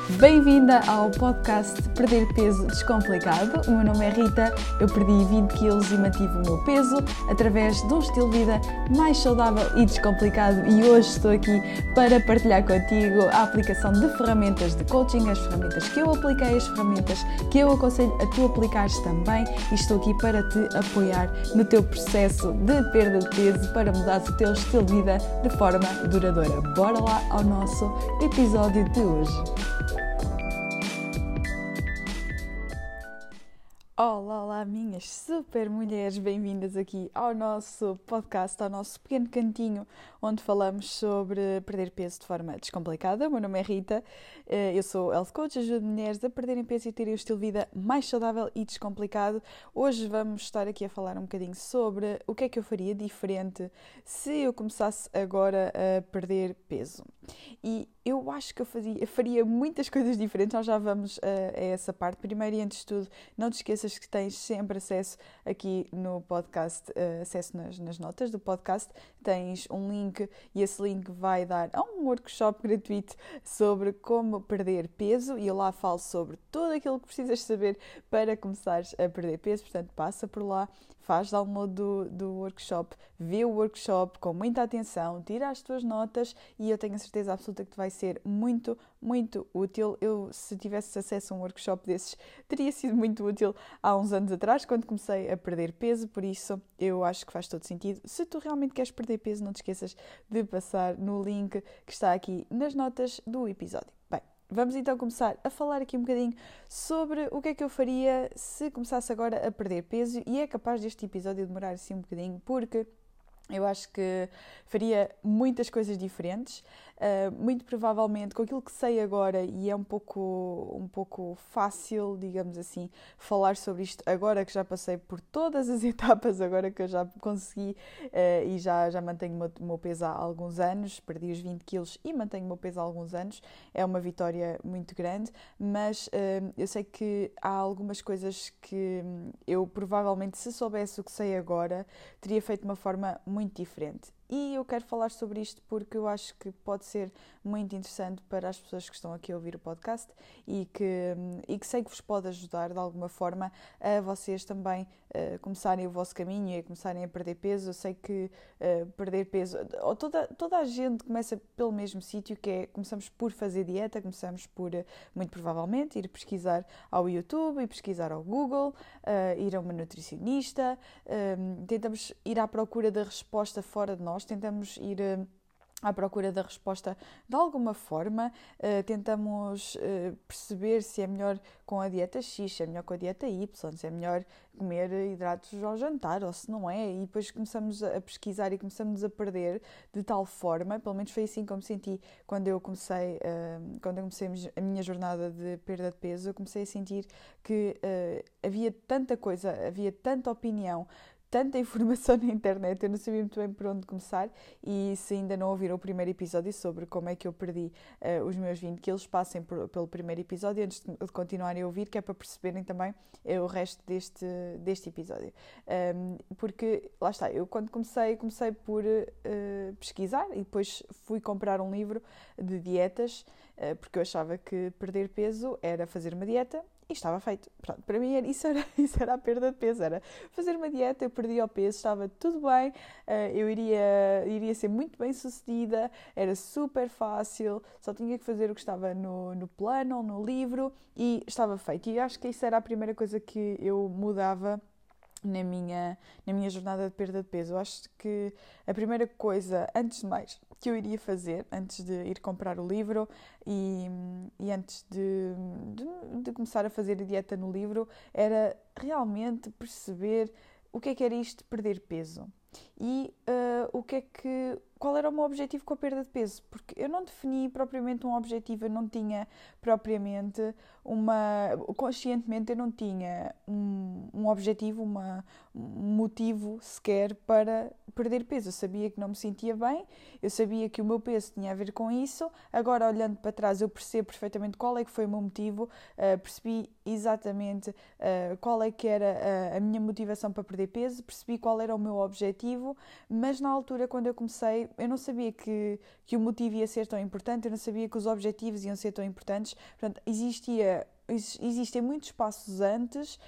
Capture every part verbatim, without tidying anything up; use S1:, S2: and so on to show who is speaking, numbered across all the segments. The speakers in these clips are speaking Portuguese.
S1: Bem-vinda ao podcast Perder Peso Descomplicado. O meu nome é Rita, eu perdi vinte quilos e mantive o meu peso através de um estilo de vida mais saudável e descomplicado, e hoje estou aqui para partilhar contigo a aplicação de ferramentas de coaching, as ferramentas que eu apliquei, as ferramentas que eu aconselho a tu aplicares também, e estou aqui para te apoiar no teu processo de perda de peso para mudar o teu estilo de vida de forma duradoura. Bora lá ao nosso episódio de hoje. Olá, olá, minhas super mulheres, bem-vindas aqui ao nosso podcast, ao nosso pequeno cantinho onde falamos sobre perder peso de forma descomplicada. O meu nome é Rita, eu sou health coach, ajudo mulheres a perderem peso e terem um estilo de vida mais saudável e descomplicado. Hoje vamos estar aqui a falar um bocadinho sobre o que é que eu faria diferente se eu começasse agora a perder peso. E eu acho que eu fazia, faria muitas coisas diferentes, nós já vamos a, a essa parte. Primeiro e antes de tudo, não te esqueças que tens sempre acesso aqui no podcast, uh, acesso nas, nas notas do podcast, tens um link e esse link vai dar a um workshop gratuito sobre como perder peso, e eu lá falo sobre tudo aquilo que precisas saber para começares a perder peso. Portanto, passa por lá, faz download do, do workshop, vê o workshop com muita atenção, tira as tuas notas e eu tenho a certeza absoluta que te vai ser muito, muito útil. Eu, se tivesse acesso a um workshop desses, teria sido muito útil há uns anos atrás, quando comecei a perder peso, por isso eu acho que faz todo sentido. Se tu realmente queres perder peso, não te esqueças de passar no link que está aqui nas notas do episódio. Bem, vamos então começar a falar aqui um bocadinho sobre o que é que eu faria se começasse agora a perder peso, e é capaz deste episódio demorar assim um bocadinho, porque eu acho que faria muitas coisas diferentes, uh, muito provavelmente com aquilo que sei agora, e é um pouco, um pouco fácil, digamos assim, falar sobre isto agora que já passei por todas as etapas, agora que eu já consegui uh, e já, já mantenho o meu, o meu peso há alguns anos, perdi os vinte quilos e mantenho o meu peso há alguns anos, é uma vitória muito grande, mas uh, eu sei que há algumas coisas que eu provavelmente, se soubesse o que sei agora, teria feito de uma forma muito diferente. E eu quero falar sobre isto porque eu acho que pode ser muito interessante para as pessoas que estão aqui a ouvir o podcast e que, e que sei que vos pode ajudar de alguma forma a vocês também uh, começarem o vosso caminho e a começarem a perder peso. Eu sei que uh, perder peso, ou toda, toda a gente começa pelo mesmo sítio, que é, começamos por fazer dieta, começamos por, uh, muito provavelmente, ir pesquisar ao YouTube, ir pesquisar ao Google, uh, ir a uma nutricionista, uh, tentamos ir à procura da resposta fora de nós, tentamos ir uh, à procura da resposta de alguma forma, uh, tentamos uh, perceber se é melhor com a dieta X, se é melhor com a dieta Y, se é melhor comer hidratos ao jantar ou se não é, e depois começamos a pesquisar e começamos a perder de tal forma, pelo menos foi assim que eu me senti quando eu comecei, uh, quando eu comecei a minha jornada de perda de peso. Eu comecei a sentir que uh, havia tanta coisa, havia tanta opinião, tanta informação na internet, eu não sabia muito bem por onde começar. E se ainda não ouviram o primeiro episódio sobre como é que eu perdi uh, os meus vinte quilos, passem por, pelo primeiro episódio antes de, de continuarem a ouvir, que é para perceberem também uh, o resto deste, deste episódio. Um, porque, lá está, eu quando comecei, comecei por uh, pesquisar e depois fui comprar um livro de dietas, uh, porque eu achava que perder peso era fazer uma dieta e estava feito. Pronto, para mim era, isso, era, isso era a perda de peso, era fazer uma dieta, eu perdia o peso, estava tudo bem, eu iria, iria ser muito bem sucedida, era super fácil, só tinha que fazer o que estava no, no plano ou no livro e estava feito. E acho que isso era a primeira coisa que eu mudava na minha, na minha jornada de perda de peso. Eu acho que a primeira coisa, antes de mais, que eu iria fazer, antes de ir comprar o livro e, e antes de, de, de começar a fazer a dieta no livro, era realmente perceber o que é que era isto de perder peso e uh, o que é que, qual era o meu objetivo com a perda de peso, porque eu não defini propriamente um objetivo, eu não tinha propriamente uma, conscientemente eu não tinha um, um objetivo, uma, um motivo sequer para perder peso. Eu sabia que não me sentia bem, eu sabia que o meu peso tinha a ver com isso. Agora, olhando para trás, eu percebo perfeitamente qual é que foi o meu motivo, uh, percebi exatamente uh, qual é que era a, a minha motivação para perder peso, percebi qual era o meu objetivo, mas na altura, quando eu comecei, comecei, eu não sabia que, que o motivo ia ser tão importante, eu não sabia que os objetivos iam ser tão importantes. Portanto, existia, existem muitos passos antes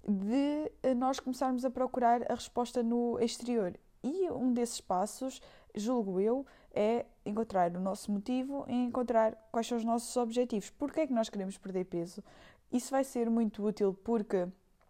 S1: de nós começarmos a procurar a resposta no exterior. E um desses passos, julgo eu, é encontrar o nosso motivo e encontrar quais são os nossos objetivos. Porquê é que nós queremos perder peso? Isso vai ser muito útil porque,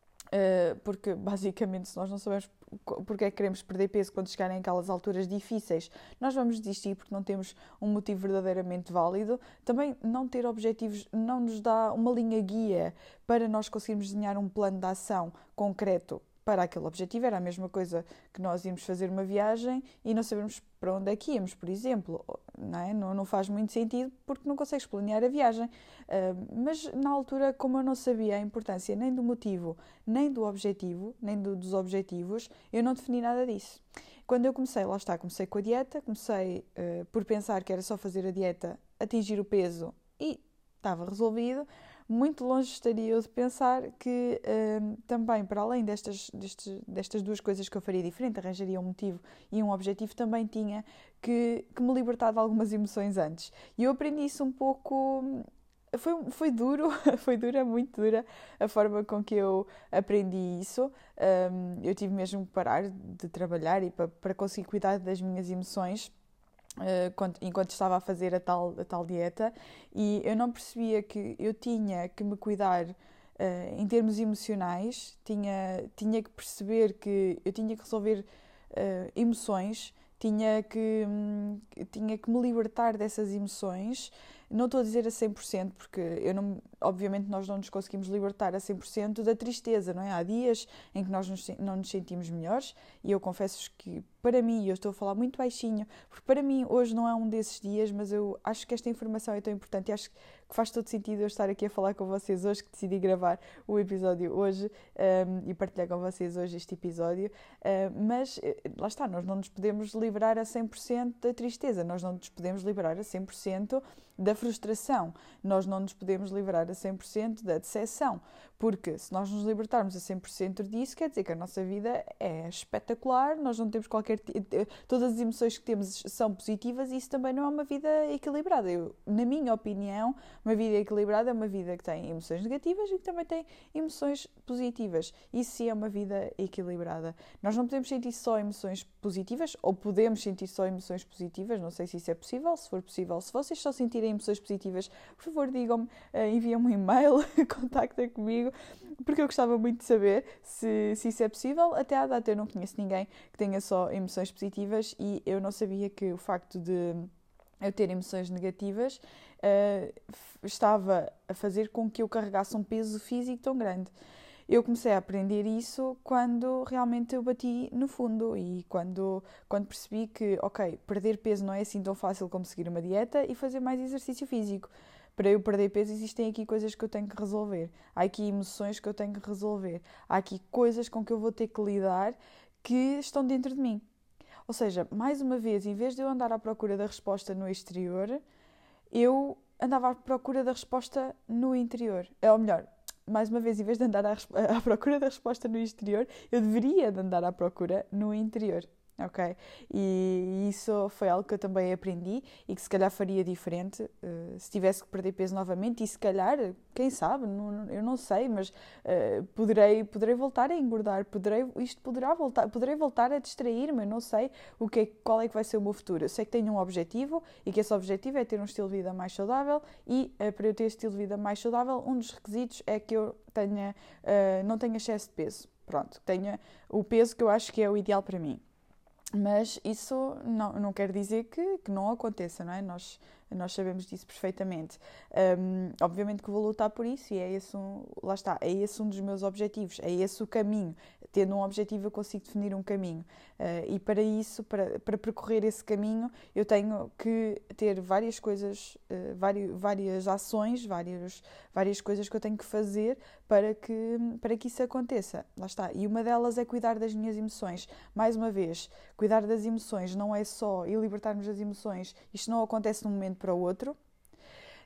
S1: uh, porque basicamente, se nós não sabemos porque é que queremos perder peso quando chegarem aquelas alturas difíceis, nós vamos desistir porque não temos um motivo verdadeiramente válido. Também não ter objetivos não nos dá uma linha guia para nós conseguirmos desenhar um plano de ação concreto para aquele objetivo. Era a mesma coisa que nós íamos fazer uma viagem e não sabemos para onde é que íamos, por exemplo. Não, é? não, não faz muito sentido porque não consegues planear a viagem. Uh, mas na altura, como eu não sabia a importância nem do motivo, nem do objetivo, nem do, dos objetivos, eu não defini nada disso. Quando eu comecei, lá está, comecei com a dieta, comecei uh, por pensar que era só fazer a dieta, atingir o peso e estava resolvido. Muito longe estaria eu de pensar que um, também, para além destas, destes, destas duas coisas que eu faria diferente, arranjaria um motivo e um objetivo, também tinha que, que me libertar de algumas emoções antes. E eu aprendi isso um pouco... Foi, foi duro, foi dura, muito dura a forma com que eu aprendi isso. Um, eu tive mesmo que parar de trabalhar e para, para conseguir cuidar das minhas emoções enquanto estava a fazer a tal, a tal dieta, e eu não percebia que eu tinha que me cuidar uh, em termos emocionais, tinha, tinha que perceber que eu tinha que resolver uh, emoções, tinha que, hum, tinha que me libertar dessas emoções. Não estou a dizer a cem por cento, porque eu não, obviamente nós não nos conseguimos libertar a cem por cento da tristeza, não é? Há dias em que nós nos, não nos sentimos melhores, e eu confesso que para mim, eu estou a falar muito baixinho, porque para mim hoje não é um desses dias, mas eu acho que esta informação é tão importante e acho que faz todo sentido eu estar aqui a falar com vocês hoje, que decidi gravar o episódio hoje um, e partilhar com vocês hoje este episódio, uh, mas lá está, nós não nos podemos liberar a cem por cento da tristeza, nós não nos podemos liberar a cem por cento da frustração, nós não nos podemos livrar a cem por cento da decepção, porque se nós nos libertarmos a cem por cento disso, quer dizer que a nossa vida é espetacular, nós não temos qualquer... todas as emoções que temos são positivas, e isso também não é uma vida equilibrada. Eu, na minha opinião, uma vida equilibrada é uma vida que tem emoções negativas e que também tem emoções positivas. Isso sim é uma vida equilibrada. Nós não podemos sentir só emoções positivas, ou podemos sentir só emoções positivas, não sei se isso é possível. Se for possível, se vocês só sentirem emoções positivas, por favor digam-me, enviem-me um e-mail, contactem comigo, porque eu gostava muito de saber se, se isso é possível. Até à data eu não conheço ninguém que tenha só emoções positivas, e eu não sabia que o facto de eu ter emoções negativas uh, estava a fazer com que eu carregasse um peso físico tão grande. Eu comecei a aprender isso quando realmente eu bati no fundo, e quando, quando percebi que, ok, perder peso não é assim tão fácil como seguir uma dieta e fazer mais exercício físico. Para eu perder peso existem aqui coisas que eu tenho que resolver, há aqui emoções que eu tenho que resolver, há aqui coisas com que eu vou ter que lidar que estão dentro de mim. Ou seja, mais uma vez, em vez de eu andar à procura da resposta no exterior, eu andava à procura da resposta no interior. Ou melhor, mais uma vez, em vez de andar à, à procura da resposta no exterior, eu deveria de andar à procura no interior. Ok? E isso foi algo que eu também aprendi e que se calhar faria diferente uh, se tivesse que perder peso novamente, e se calhar, quem sabe, não, eu não sei, mas uh, poderei, poderei voltar a engordar, poderei, isto poderá voltar, poderei voltar a distrair-me, eu não sei o que é, qual é que vai ser o meu futuro. Eu sei que tenho um objetivo e que esse objetivo é ter um estilo de vida mais saudável, e uh, para eu ter este estilo de vida mais saudável, um dos requisitos é que eu tenha, uh, não tenha excesso de peso. Pronto, tenha o peso que eu acho que é o ideal para mim. Mas isso não, não quer dizer que, que não aconteça, não é? Nós, nós sabemos disso perfeitamente. Um, obviamente que vou lutar por isso, e é esse um, lá está, é esse um dos meus objetivos, é esse o caminho. Tendo um objetivo eu consigo definir um caminho. Uh, e para isso, para, para percorrer esse caminho, eu tenho que ter várias coisas, uh, várias, várias ações, várias, várias coisas que eu tenho que fazer para que, para que isso aconteça. Lá está. E uma delas é cuidar das minhas emoções. Mais uma vez, cuidar das emoções não é só e libertar-nos das emoções. Isto não acontece de um momento para o outro.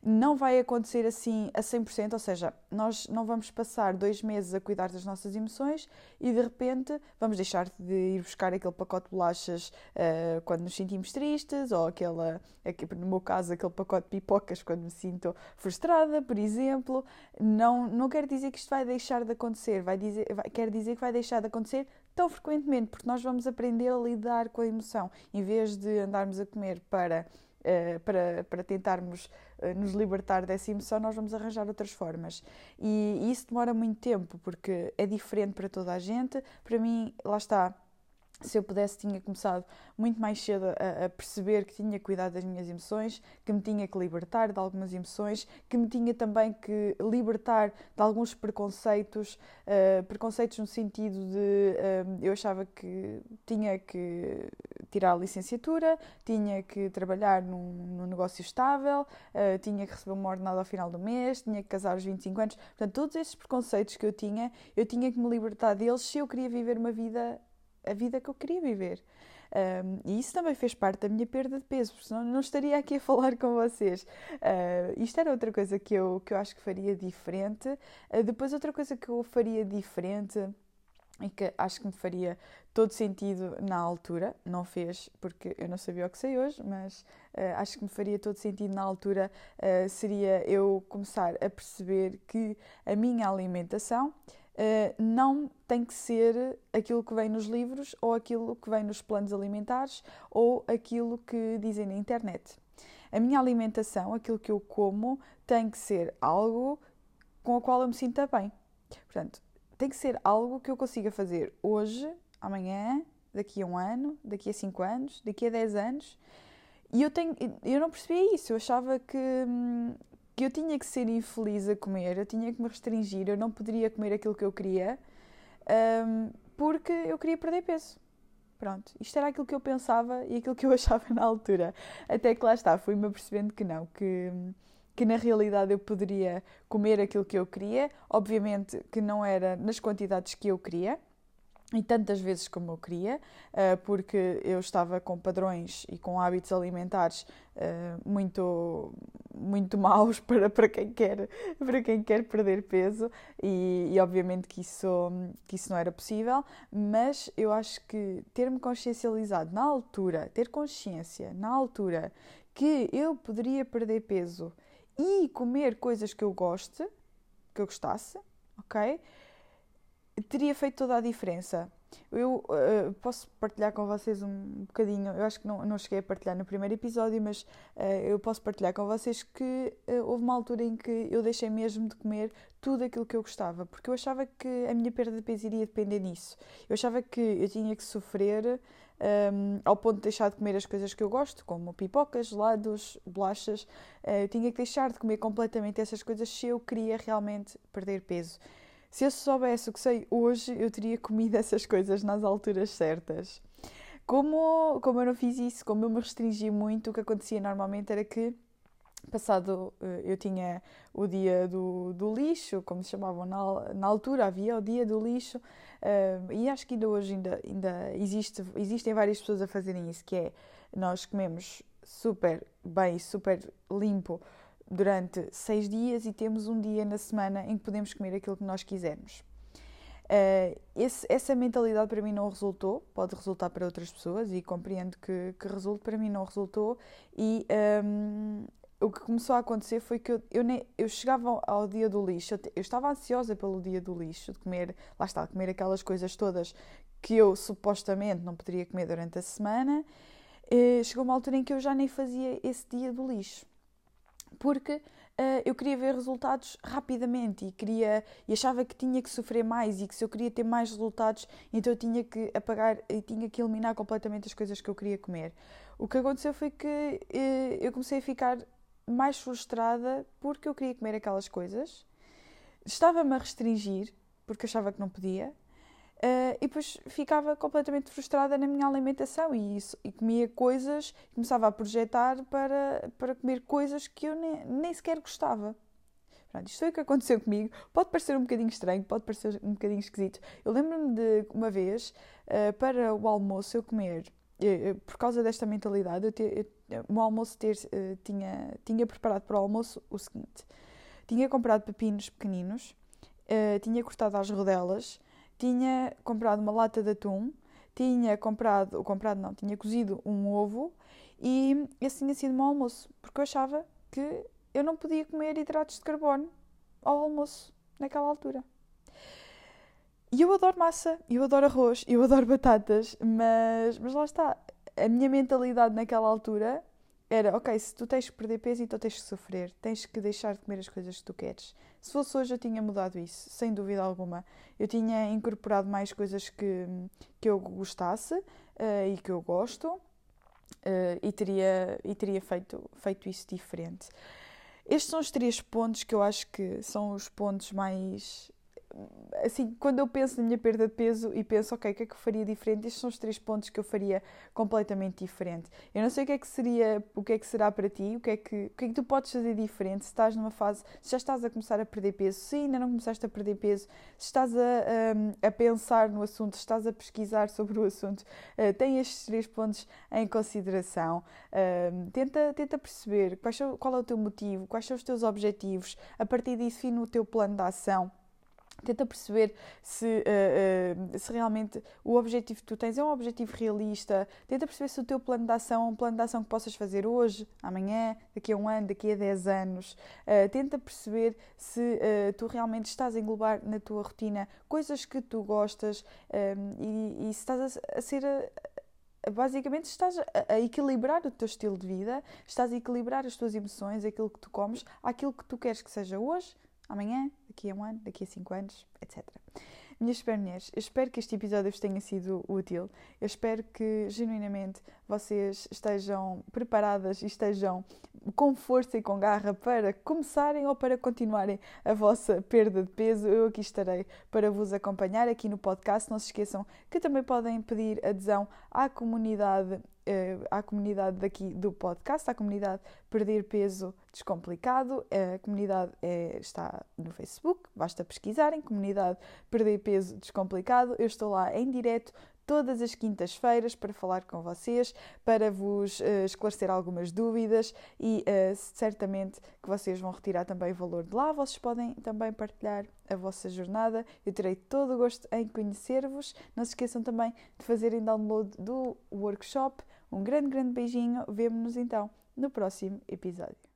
S1: Não vai acontecer assim a cem por cento, ou seja, nós não vamos passar dois meses a cuidar das nossas emoções e de repente vamos deixar de ir buscar aquele pacote de bolachas uh, quando nos sentimos tristes, ou aquela, no meu caso, aquele pacote de pipocas quando me sinto frustrada, por exemplo. Não, não quer dizer que isto vai deixar de acontecer, vai dizer, vai, quer dizer que vai deixar de acontecer tão frequentemente, porque nós vamos aprender a lidar com a emoção, em vez de andarmos a comer para... Uh, para, para tentarmos uh, nos libertar dessa emoção, nós vamos arranjar outras formas. E, e isso demora muito tempo, porque é diferente para toda a gente. Para mim, lá está, se eu pudesse, tinha começado muito mais cedo a, a perceber que tinha que cuidar das minhas emoções, que me tinha que libertar de algumas emoções, que me tinha também que libertar de alguns preconceitos, uh, preconceitos no sentido de uh, eu achava que tinha que tirar a licenciatura, tinha que trabalhar num, num negócio estável, uh, tinha que receber uma ordenada ao final do mês, tinha que casar aos vinte e cinco anos. Portanto, todos esses preconceitos que eu tinha, eu tinha que me libertar deles se eu queria viver uma vida a vida que eu queria viver. Um, e isso também fez parte da minha perda de peso, porque senão não estaria aqui a falar com vocês. Uh, isto era outra coisa que eu, que eu acho que faria diferente. Uh, depois outra coisa que eu faria diferente e que acho que me faria todo sentido na altura, não fez porque eu não sabia o que sei hoje, mas uh, acho que me faria todo sentido na altura, uh, seria eu começar a perceber que a minha alimentação Uh, não tem que ser aquilo que vem nos livros ou aquilo que vem nos planos alimentares ou aquilo que dizem na internet. A minha alimentação, aquilo que eu como, tem que ser algo com o qual eu me sinta bem. Portanto, tem que ser algo que eu consiga fazer hoje, amanhã, daqui a um ano, daqui a cinco anos, daqui a dez anos. E eu, tenho, eu não percebia isso, eu achava que... Hum, que eu tinha que ser infeliz a comer, eu tinha que me restringir, eu não poderia comer aquilo que eu queria, um, porque eu queria perder peso. Pronto, isto era aquilo que eu pensava e aquilo que eu achava na altura. Até que lá está, fui-me apercebendo que não, que, que na realidade eu poderia comer aquilo que eu queria, obviamente que não era nas quantidades que eu queria, e tantas vezes como eu queria, porque eu estava com padrões e com hábitos alimentares muito, muito maus para, para, quem quer, para quem quer perder peso e, e obviamente que isso, que isso não era possível, mas eu acho que ter-me consciencializado na altura, ter consciência na altura que eu poderia perder peso e comer coisas que eu goste, que eu gostasse, ok? Teria feito toda a diferença. Eu uh, posso partilhar com vocês um bocadinho, eu acho que não, não cheguei a partilhar no primeiro episódio, mas uh, eu posso partilhar com vocês que uh, houve uma altura em que eu deixei mesmo de comer tudo aquilo que eu gostava, porque eu achava que a minha perda de peso iria depender disso. Eu achava que eu tinha que sofrer um, ao ponto de deixar de comer as coisas que eu gosto, como pipocas, gelados, bolachas. Uh, eu tinha que deixar de comer completamente essas coisas se eu queria realmente perder peso. Se eu soubesse o que sei hoje, eu teria comido essas coisas nas alturas certas. Como, como eu não fiz isso, como eu me restringi muito, o que acontecia normalmente era que, passado, eu tinha o dia do, do lixo, como se chamavam na, na altura, havia o dia do lixo, uh, e acho que ainda hoje ainda, ainda existe, existem várias pessoas a fazerem isso, que é, nós comemos super bem, super limpo, durante seis dias e temos um dia na semana em que podemos comer aquilo que nós quisermos. Uh, esse, essa mentalidade para mim não resultou, pode resultar para outras pessoas e compreendo que, que resulte, para mim não resultou e um, o que começou a acontecer foi que eu, eu, nem, eu chegava ao dia do lixo, eu, eu estava ansiosa pelo dia do lixo, de comer, lá está, comer aquelas coisas todas que eu supostamente não poderia comer durante a semana, uh, chegou uma altura em que eu já nem fazia esse dia do lixo. Porque uh, eu queria ver resultados rapidamente e, queria, e achava que tinha que sofrer mais e que se eu queria ter mais resultados, então eu tinha que apagar e tinha que eliminar completamente as coisas que eu queria comer. O que aconteceu foi que uh, eu comecei a ficar mais frustrada porque eu queria comer aquelas coisas, estava-me a restringir porque achava que não podia. Uh, e depois ficava completamente frustrada na minha alimentação e, isso, e comia coisas, começava a projetar para, para comer coisas que eu nem, nem sequer gostava. Pronto, isto foi o que aconteceu comigo. Pode parecer um bocadinho estranho, pode parecer um bocadinho esquisito. Eu lembro-me de uma vez, uh, para o almoço, eu comer, eu, eu, por causa desta mentalidade, eu, te, eu o almoço ter, uh, tinha, tinha preparado para o almoço o seguinte: tinha comprado pepinos pequeninos, uh, tinha cortado às rodelas, tinha comprado uma lata de atum, tinha comprado, ou comprado não, tinha cozido um ovo e esse tinha sido o meu almoço, porque eu achava que eu não podia comer hidratos de carbono ao almoço, naquela altura. E eu adoro massa, eu adoro arroz, eu adoro batatas, mas, mas lá está, a minha mentalidade naquela altura era, ok, se tu tens que perder peso, então tens que sofrer, tens que deixar de comer as coisas que tu queres. Se fosse hoje eu tinha mudado isso, sem dúvida alguma. Eu tinha incorporado mais coisas que, que eu gostasse uh, e que eu gosto uh, e teria, e teria feito, feito isso diferente. Estes são os três pontos que eu acho que são os pontos mais... Assim, quando eu penso na minha perda de peso e penso, ok, o que é que eu faria diferente? Estes são os três pontos que eu faria completamente diferente. Eu não sei o que é que seria, o que é que será para ti, o que é que, o que é que tu podes fazer diferente se estás numa fase, se já estás a começar a perder peso, se ainda não começaste a perder peso, se estás a, a, a pensar no assunto, se estás a pesquisar sobre o assunto, uh, tem estes três pontos em consideração. Uh, tenta, tenta perceber quais são, qual é o teu motivo, quais são os teus objetivos, a partir disso define o teu plano de ação. Tenta perceber se, uh, uh, se realmente o objetivo que tu tens é um objetivo realista. Tenta perceber se o teu plano de ação é um plano de ação que possas fazer hoje, amanhã, daqui a um ano, daqui a dez anos. Uh, tenta perceber se uh, tu realmente estás a englobar na tua rotina coisas que tu gostas um, e, e se estás a, a ser... A, basicamente estás a equilibrar o teu estilo de vida, estás a equilibrar as tuas emoções, aquilo que tu comes, aquilo que tu queres que seja hoje, amanhã, daqui a um ano, daqui a cinco anos, etcétera. Minhas super mulheres, eu espero que este episódio vos tenha sido útil. Eu espero que, genuinamente, vocês estejam preparadas e estejam com força e com garra para começarem ou para continuarem a vossa perda de peso. Eu aqui estarei para vos acompanhar aqui no podcast. Não se esqueçam que também podem pedir adesão à comunidade à comunidade daqui do podcast, à comunidade Perder Peso Descomplicado. A comunidade é, está no Facebook, basta pesquisarem, comunidade Perder Peso Descomplicado. Eu estou lá em direto todas as quintas-feiras para falar com vocês, para vos uh, esclarecer algumas dúvidas e uh, certamente que vocês vão retirar também valor de lá. Vocês podem também partilhar a vossa jornada. Eu terei todo o gosto em conhecer-vos. Não se esqueçam também de fazerem download do workshop. Um grande, grande beijinho. Vemo-nos então no próximo episódio.